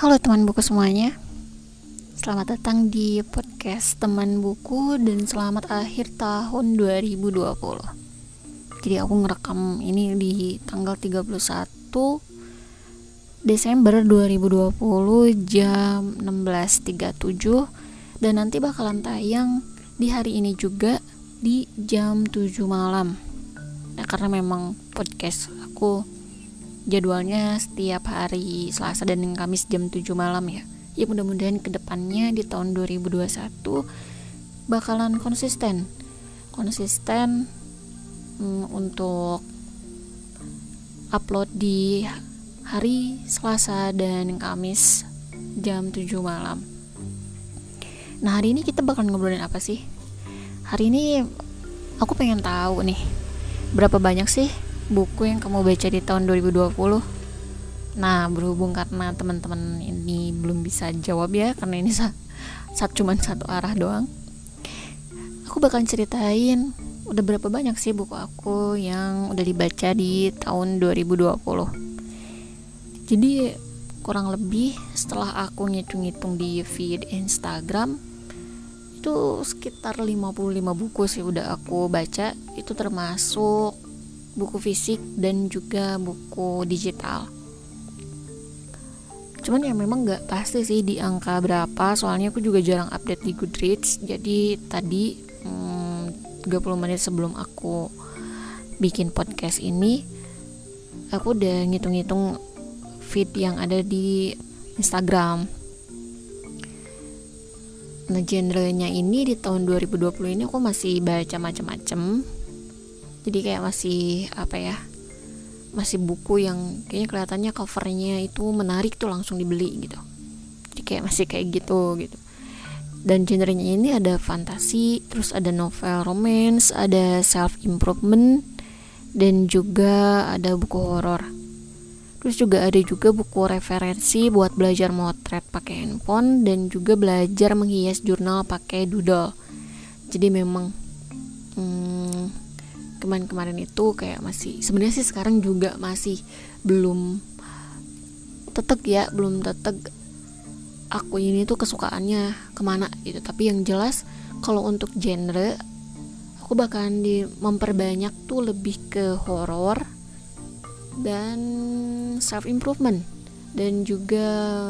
Halo teman buku semuanya, selamat datang di podcast teman buku dan selamat akhir tahun 2020. Jadi aku ngerekam ini di tanggal 31 Desember 2020 jam 16.37 dan nanti bakalan tayang di hari ini juga di jam 7 malam. Nah, karena memang podcast aku jadwalnya setiap hari Selasa dan Kamis jam 7 malam ya. Ya mudah-mudahan kedepannya di tahun 2021 bakalan konsisten untuk upload di hari Selasa dan Kamis jam 7 malam. Nah, hari ini kita bakalan ngobrolin apa sih? Hari ini aku pengen tahu nih, berapa banyak sih buku yang kamu baca di tahun 2020? Nah, berhubung karena teman-teman ini belum bisa jawab ya, karena ini cuman satu arah doang, aku bakal ceritain udah berapa banyak sih buku aku yang udah dibaca di tahun 2020. Jadi kurang lebih setelah aku ngitung-ngitung di feed Instagram, itu sekitar 55 buku sih udah aku baca. Itu termasuk buku fisik dan juga buku digital. Cuman ya memang gak pasti sih di angka berapa, soalnya aku juga jarang update di Goodreads. Jadi tadi 30 menit sebelum aku bikin podcast ini, aku udah ngitung-ngitung feed yang ada di Instagram. Nah, genrenya ini di tahun 2020 ini aku masih baca macam-macam. Jadi kayak masih buku yang kayaknya kelihatannya covernya itu menarik tuh langsung dibeli gitu. Jadi kayak masih kayak gitu. Dan genrenya ini ada fantasi, terus ada novel romance, ada self improvement, dan juga ada buku horor. Terus juga ada buku referensi buat belajar motret pakai handphone dan juga belajar menghias jurnal pakai doodle. Jadi memang kemarin itu kayak masih, sebenarnya sih sekarang juga masih belum tetek aku ini tuh kesukaannya kemana gitu. Tapi yang jelas kalau untuk genre, aku bakalan memperbanyak tuh lebih ke horor dan self improvement dan juga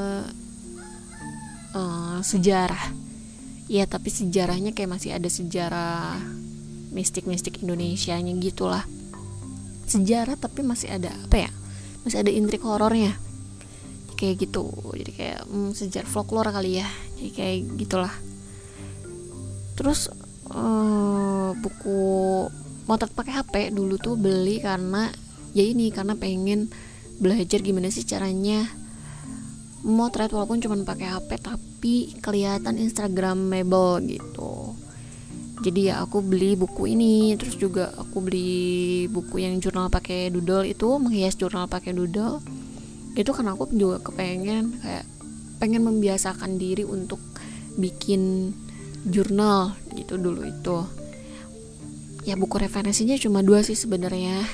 sejarah. Ya tapi sejarahnya kayak masih ada sejarah mistik Indonesianya gitulah. Sejarah tapi masih ada masih ada intrik horornya kayak gitu. Jadi kayak sejarah folklore kali ya, jadi kayak gitulah. Terus buku motret pakai HP dulu tuh beli karena pengen belajar gimana sih caranya motret walaupun cuma pakai HP tapi kelihatan instagramable gitu. Jadi ya aku beli buku ini, terus juga aku beli buku yang jurnal pakai doodle itu, menghias jurnal pakai doodle. Itu karena aku juga pengen membiasakan diri untuk bikin jurnal gitu dulu itu. Ya buku referensinya cuma 2 sih sebenarnya.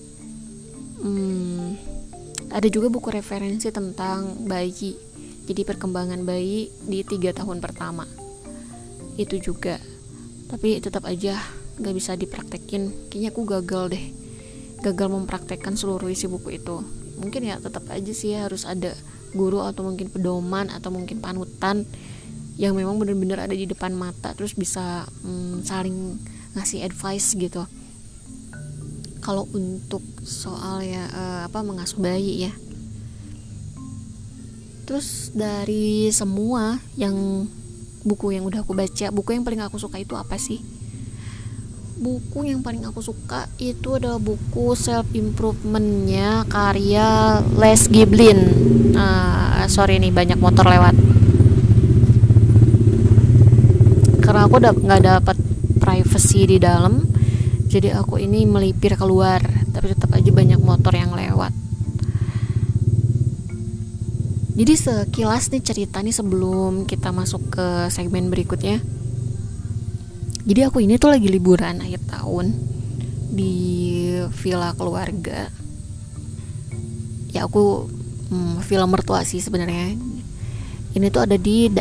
Ada juga buku referensi tentang bayi. Jadi perkembangan bayi di 3 tahun pertama. Itu juga. Tapi tetap aja gak bisa dipraktekin. Kayaknya aku gagal mempraktekkan seluruh isi buku itu. Mungkin ya tetap aja sih harus ada guru atau mungkin pedoman atau mungkin panutan yang memang benar-benar ada di depan mata, terus bisa saling ngasih advice gitu. Kalau untuk soal mengasuh bayi ya. Terus dari semua buku yang udah aku baca, buku yang paling aku suka itu apa sih? Buku yang paling aku suka itu adalah buku self improvementnya karya Les Giblin. Sorry nih, banyak motor lewat. Karena aku nggak dapat privacy di dalam, jadi aku ini melipir keluar, tapi tetap aja banyak motor yang lewat. Jadi sekilas nih cerita nih sebelum kita masuk ke segmen berikutnya. Jadi aku ini tuh lagi liburan akhir tahun di villa keluarga. Ya aku film mertua sih sebenarnya. Ini tuh ada di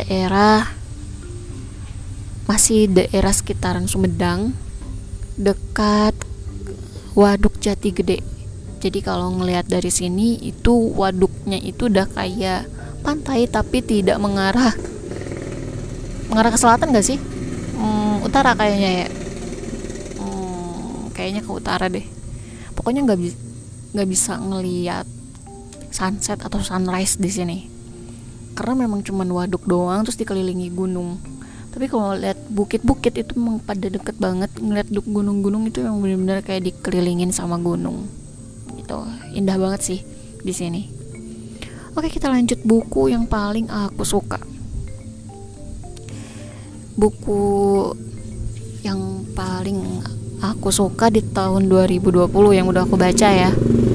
masih daerah sekitaran Sumedang, dekat Waduk Jati Gede. Jadi kalau ngelihat dari sini itu waduknya itu udah kayak pantai tapi tidak mengarah ke selatan gak sih? Utara kayaknya ya. Kayaknya ke utara deh. Pokoknya nggak bisa ngelihat sunset atau sunrise di sini. Karena memang cuman waduk doang terus dikelilingi gunung. Tapi kalau lihat bukit-bukit itu memang pada deket banget. Ngeliat gunung-gunung itu yang benar-benar kayak dikelilingin sama gunung. Gitu. Indah banget sih di sini. Oke, kita lanjut buku yang paling aku suka. Buku yang paling aku suka di tahun 2020 yang udah aku baca ya.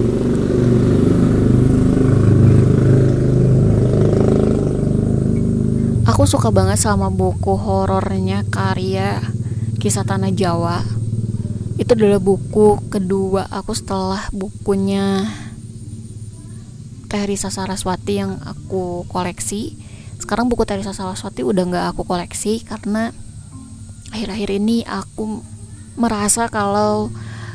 Aku suka banget sama buku horornya karya Kisah Tanah Jawa. Itu adalah buku kedua aku setelah bukunya Teh Risa Saraswati yang aku koleksi. Sekarang buku Teh Risa Saraswati udah gak aku koleksi karena akhir-akhir ini aku merasa kalau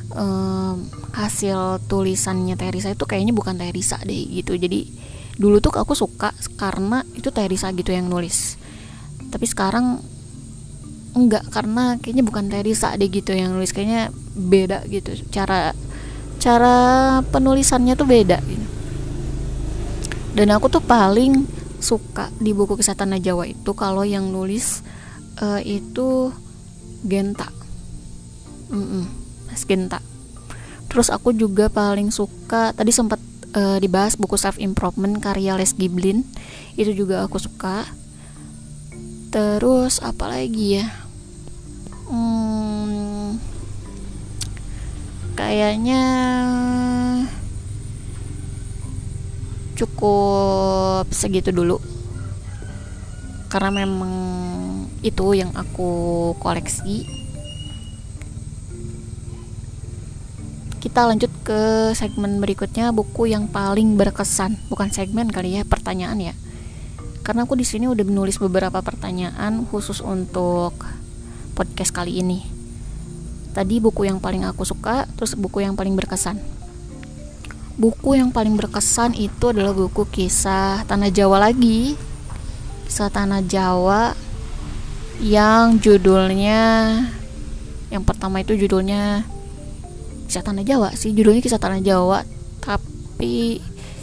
hasil tulisannya Teh Risa itu kayaknya bukan Teh Risa deh gitu. Jadi dulu tuh aku suka karena itu Teh Risa gitu yang nulis, tapi sekarang enggak karena kayaknya bukan Teh Risa deh gitu yang nulis, kayaknya beda gitu, cara penulisannya tuh beda gitu. Dan aku tuh paling suka di buku Kisah Tanah Jawa itu kalau yang nulis itu Genta, Mas Genta. Terus aku juga paling suka, tadi sempat dibahas buku self improvement karya Les Giblin, itu juga aku suka. Terus apa lagi ya, kayaknya cukup segitu dulu karena memang itu yang aku koleksi. Kita lanjut ke segmen berikutnya, buku yang paling berkesan. Bukan segmen kali ya, pertanyaan ya. Karena aku di sini udah menulis beberapa pertanyaan khusus untuk podcast kali ini. Tadi buku yang paling aku suka, terus buku yang paling berkesan. Buku yang paling berkesan itu adalah buku Kisah Tanah Jawa lagi. Kisah Tanah Jawa yang judulnya, yang pertama itu judulnya Kisah Tanah Jawa sih, judulnya Kisah Tanah Jawa, tapi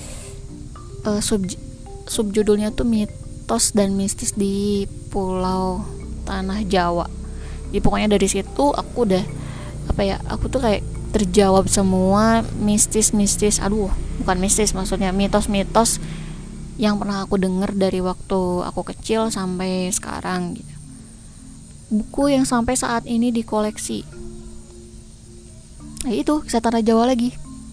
subjudulnya tuh mitos dan mistis di Pulau Tanah Jawa. Jadi pokoknya dari situ aku udah aku tuh kayak terjawab semua mistis, bukan mistis, maksudnya mitos-mitos yang pernah aku dengar dari waktu aku kecil sampai sekarang gitu. Buku yang sampai saat ini dikoleksi. Nah itu Kisah Tanah Jawa lagi.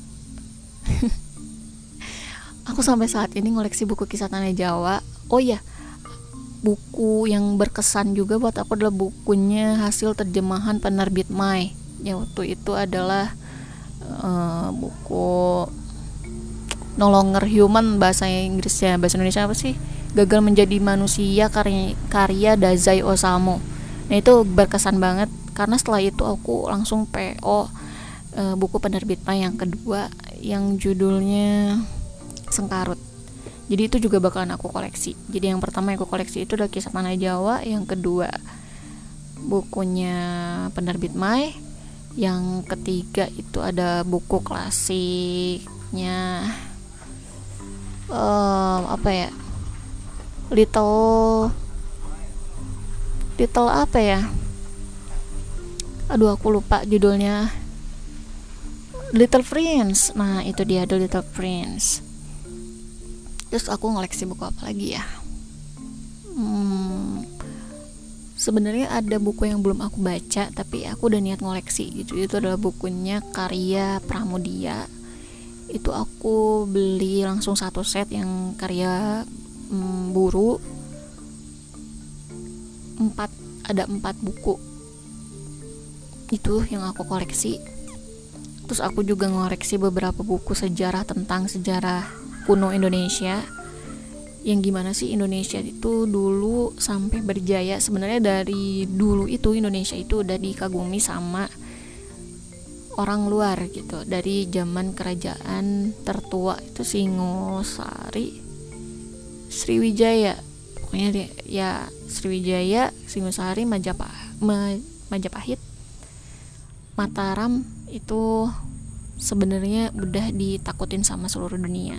Aku sampai saat ini ngoleksi buku Kisah Tanah Jawa. Oh iya, buku yang berkesan juga buat aku adalah bukunya hasil terjemahan penerbit Mai. Ya waktu itu adalah buku No Longer Human bahasa Inggrisnya, bahasa Indonesia apa sih? Gagal Menjadi Manusia karya Dazai Osamu. Nah itu berkesan banget karena setelah itu aku langsung PO buku penerbit Mai yang kedua yang judulnya Sengkarut. Jadi itu juga bakalan aku koleksi. Jadi yang pertama yang aku koleksi itu adalah Kisah Tanah Jawa, yang kedua bukunya penerbit Mai, yang ketiga itu ada buku klasiknya Little apa ya? Aduh aku lupa judulnya. Little Prince. Nah itu dia, The Little Prince. Terus aku ngoleksi buku apa lagi ya? Sebenarnya ada buku yang belum aku baca tapi aku udah niat ngoleksi gitu. Itu adalah bukunya karya Pramudia. Itu aku beli langsung satu set yang karya Buru. Ada 4 buku. Itu yang aku koleksi. Terus aku juga ngoreksi beberapa buku sejarah tentang sejarah kuno Indonesia. yang gimana sih Indonesia itu dulu sampai berjaya. Sebenarnya dari dulu itu Indonesia itu udah dikagumi sama orang luar gitu, dari zaman kerajaan tertua itu Singosari, Sriwijaya, pokoknya ya Sriwijaya, Singosari, Majapahit, Mataram itu sebenarnya udah ditakutin sama seluruh dunia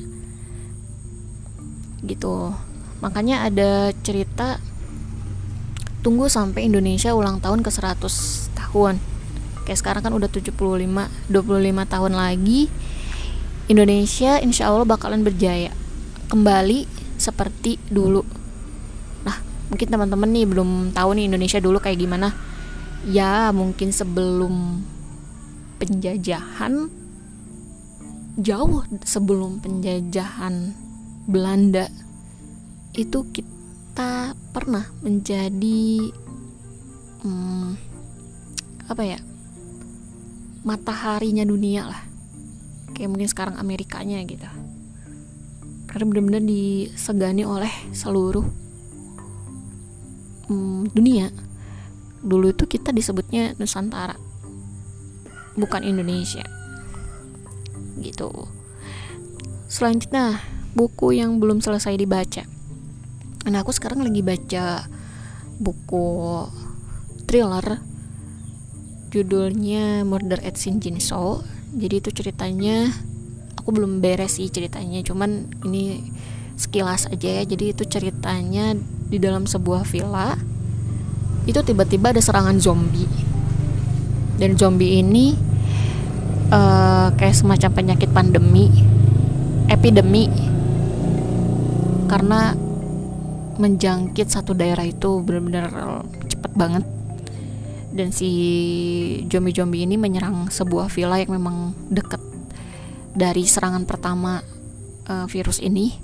gitu. Makanya ada cerita tunggu sampai Indonesia ulang tahun ke 100 tahun. Kayak sekarang kan udah 25 tahun lagi Indonesia insya Allah bakalan berjaya kembali seperti dulu. Nah, mungkin teman-teman nih belum tahu nih Indonesia dulu kayak gimana. Ya, mungkin sebelum penjajahan, jauh sebelum penjajahan Belanda itu kita pernah menjadi mataharinya dunia lah, kayak mungkin sekarang Amerikanya gitu, karena benar-benar disegani oleh seluruh dunia. Dulu itu kita disebutnya Nusantara, bukan Indonesia gitu. Selanjutnya buku yang belum selesai dibaca. Nah, aku sekarang lagi baca buku thriller judulnya Murder at Shinjuku. Jadi itu ceritanya, aku belum beres sih ceritanya, cuman ini sekilas aja ya. Jadi itu ceritanya di dalam sebuah villa itu tiba-tiba ada serangan zombie, dan zombie ini kayak semacam penyakit epidemi, karena menjangkit satu daerah itu benar-benar cepat banget. Dan si zombie ini menyerang sebuah villa yang memang dekat dari serangan pertama virus ini.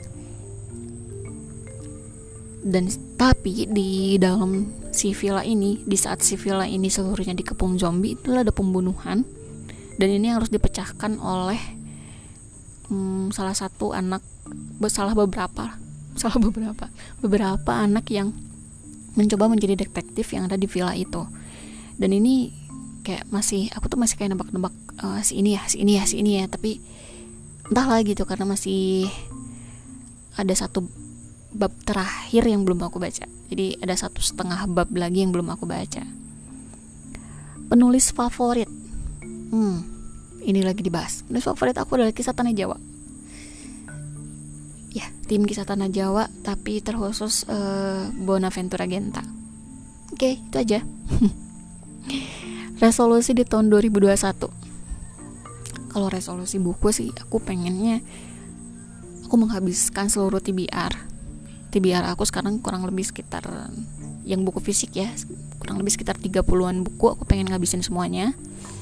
Dan tapi di dalam si villa ini, di saat si villa ini seluruhnya dikepung zombie, itu ada pembunuhan. Dan ini harus dipecahkan oleh beberapa anak yang mencoba menjadi detektif yang ada di villa itu. Dan ini kayak aku tuh masih kayak nebak-nebak si ini ya, tapi entahlah gitu, karena masih ada satu bab terakhir yang belum aku baca. Jadi ada 1,5 bab lagi yang belum aku baca. Penulis favorit, ini lagi dibahas. Penulis favorit aku adalah Kisah Tanah Jawa. Ya, tim Kisah Tanah Jawa, tapi terkhusus Bonaventura Genta. Oke, itu aja. Resolusi di tahun 2021. Kalau resolusi buku sih, aku pengennya aku menghabiskan seluruh TBR aku sekarang kurang lebih sekitar, yang buku fisik ya, kurang lebih sekitar 30-an buku aku pengen ngabisin semuanya.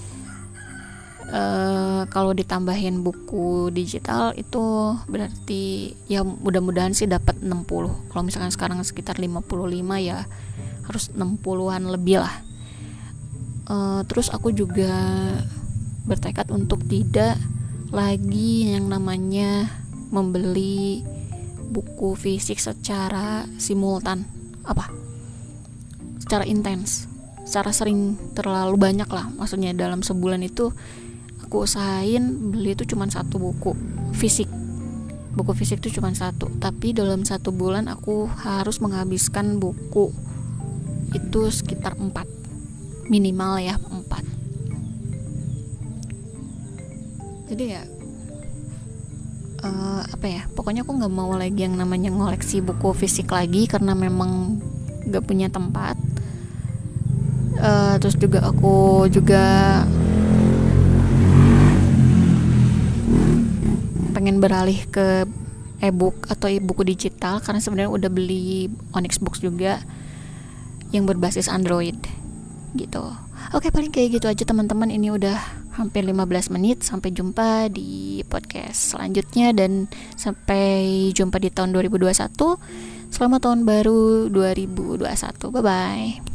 Kalau ditambahin buku digital itu berarti ya mudah-mudahan sih dapat 60. Kalau misalkan sekarang sekitar 55, ya harus 60-an lebih lah. Terus aku juga bertekad untuk tidak lagi yang namanya membeli buku fisik secara simultan, secara intens, secara sering, terlalu banyak lah. Maksudnya dalam sebulan itu aku usahain beli itu cuma 1 buku fisik itu cuma 1, tapi dalam 1 bulan aku harus menghabiskan buku itu sekitar 4, minimal ya 4. Jadi ya pokoknya aku nggak mau lagi yang namanya ngoleksi buku fisik lagi, karena memang nggak punya tempat. Terus juga aku pengen beralih ke e-book atau buku digital, karena sebenarnya udah beli Onyx Books juga yang berbasis Android gitu. Oke, paling kayak gitu aja teman-teman. Ini udah hampir 15 menit. Sampai jumpa di podcast selanjutnya, dan sampai jumpa di tahun 2021. Selamat tahun baru 2021. Bye bye.